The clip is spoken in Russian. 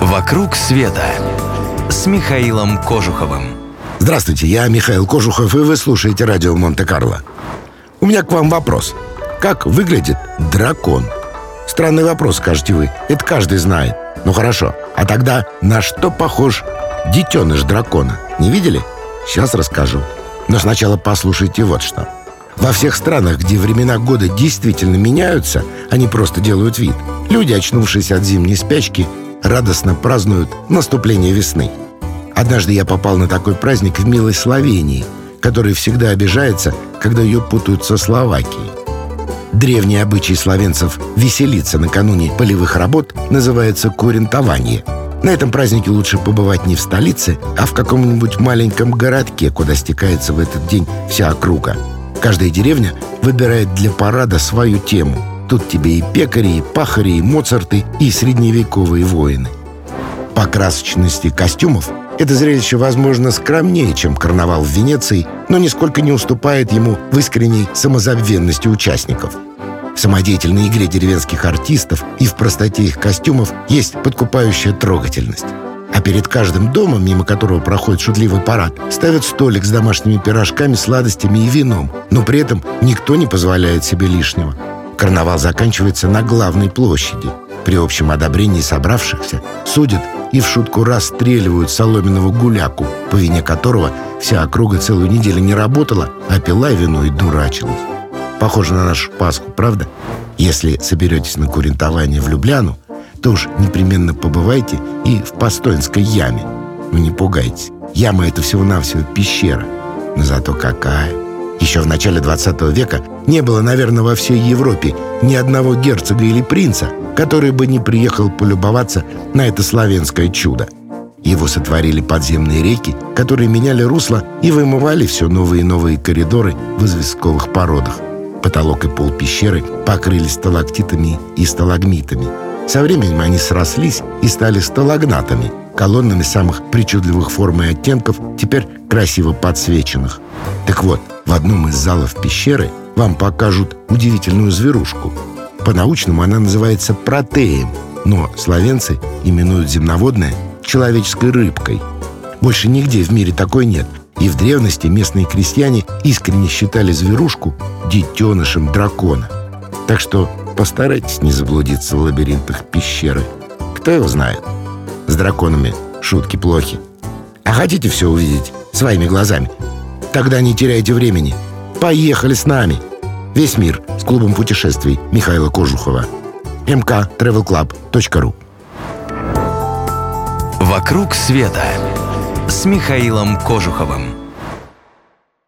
«Вокруг света» с Михаилом Кожуховым. Здравствуйте, я Михаил Кожухов, и вы слушаете радио Монте-Карло. У меня к вам вопрос. Как выглядит дракон? Странный вопрос, скажете вы. Это каждый знает. Ну хорошо, а тогда на что похож детеныш дракона? Не видели? Сейчас расскажу. Но сначала послушайте вот что. Во всех странах, где времена года действительно меняются, они просто делают вид. Люди, очнувшись от зимней спячки, радостно празднуют наступление весны. Однажды я попал на такой праздник в милой Словении, которая всегда обижается, когда ее путают со Словакией. Древний обычай словенцев веселиться накануне полевых работ называется курентование. На этом празднике лучше побывать не в столице, а в каком-нибудь маленьком городке, куда стекается в этот день вся округа. Каждая деревня выбирает для парада свою тему. Тут тебе и пекари, и пахари, и моцарты, и средневековые воины. По красочности костюмов это зрелище, возможно, скромнее, чем карнавал в Венеции, но нисколько не уступает ему в искренней самозабвенности участников. В самодеятельной игре деревенских артистов и в простоте их костюмов есть подкупающая трогательность. А перед каждым домом, мимо которого проходит шутливый парад, ставят столик с домашними пирожками, сладостями и вином, но при этом никто не позволяет себе лишнего. Карнавал заканчивается на главной площади. При общем одобрении собравшихся судят и в шутку расстреливают соломенного гуляку, по вине которого вся округа целую неделю не работала, а пила вино и дурачилась. Похоже на нашу Пасху, правда? Если соберетесь на курентование в Любляну, то уж непременно побывайте и в Постоянской яме. Но не пугайтесь, яма — это всего-навсего пещера. Но зато какая! Еще в начале 20 века не было, наверное, во всей Европе ни одного герцога или принца, который бы не приехал полюбоваться на это славянское чудо. Его сотворили подземные реки, которые меняли русло и вымывали все новые и новые коридоры в известковых породах. Потолок и пол пещеры покрылись сталактитами и сталагмитами. Со временем они срослись и стали сталагнатами, колоннами самых причудливых форм и оттенков, теперь красиво подсвеченных. Так вот, в одном из залов пещеры вам покажут удивительную зверушку. По-научному она называется протеем, но словенцы именуют земноводное человеческой рыбкой. Больше нигде в мире такой нет. И в древности местные крестьяне искренне считали зверушку детенышем дракона. Так что постарайтесь не заблудиться в лабиринтах пещеры. Кто его знает? С драконами шутки плохи. А хотите все увидеть своими глазами? Тогда не теряйте времени. Поехали с нами! Весь мир с клубом путешествий Михаила Кожухова. mktravelclub.ru. «Вокруг света» с Михаилом Кожуховым.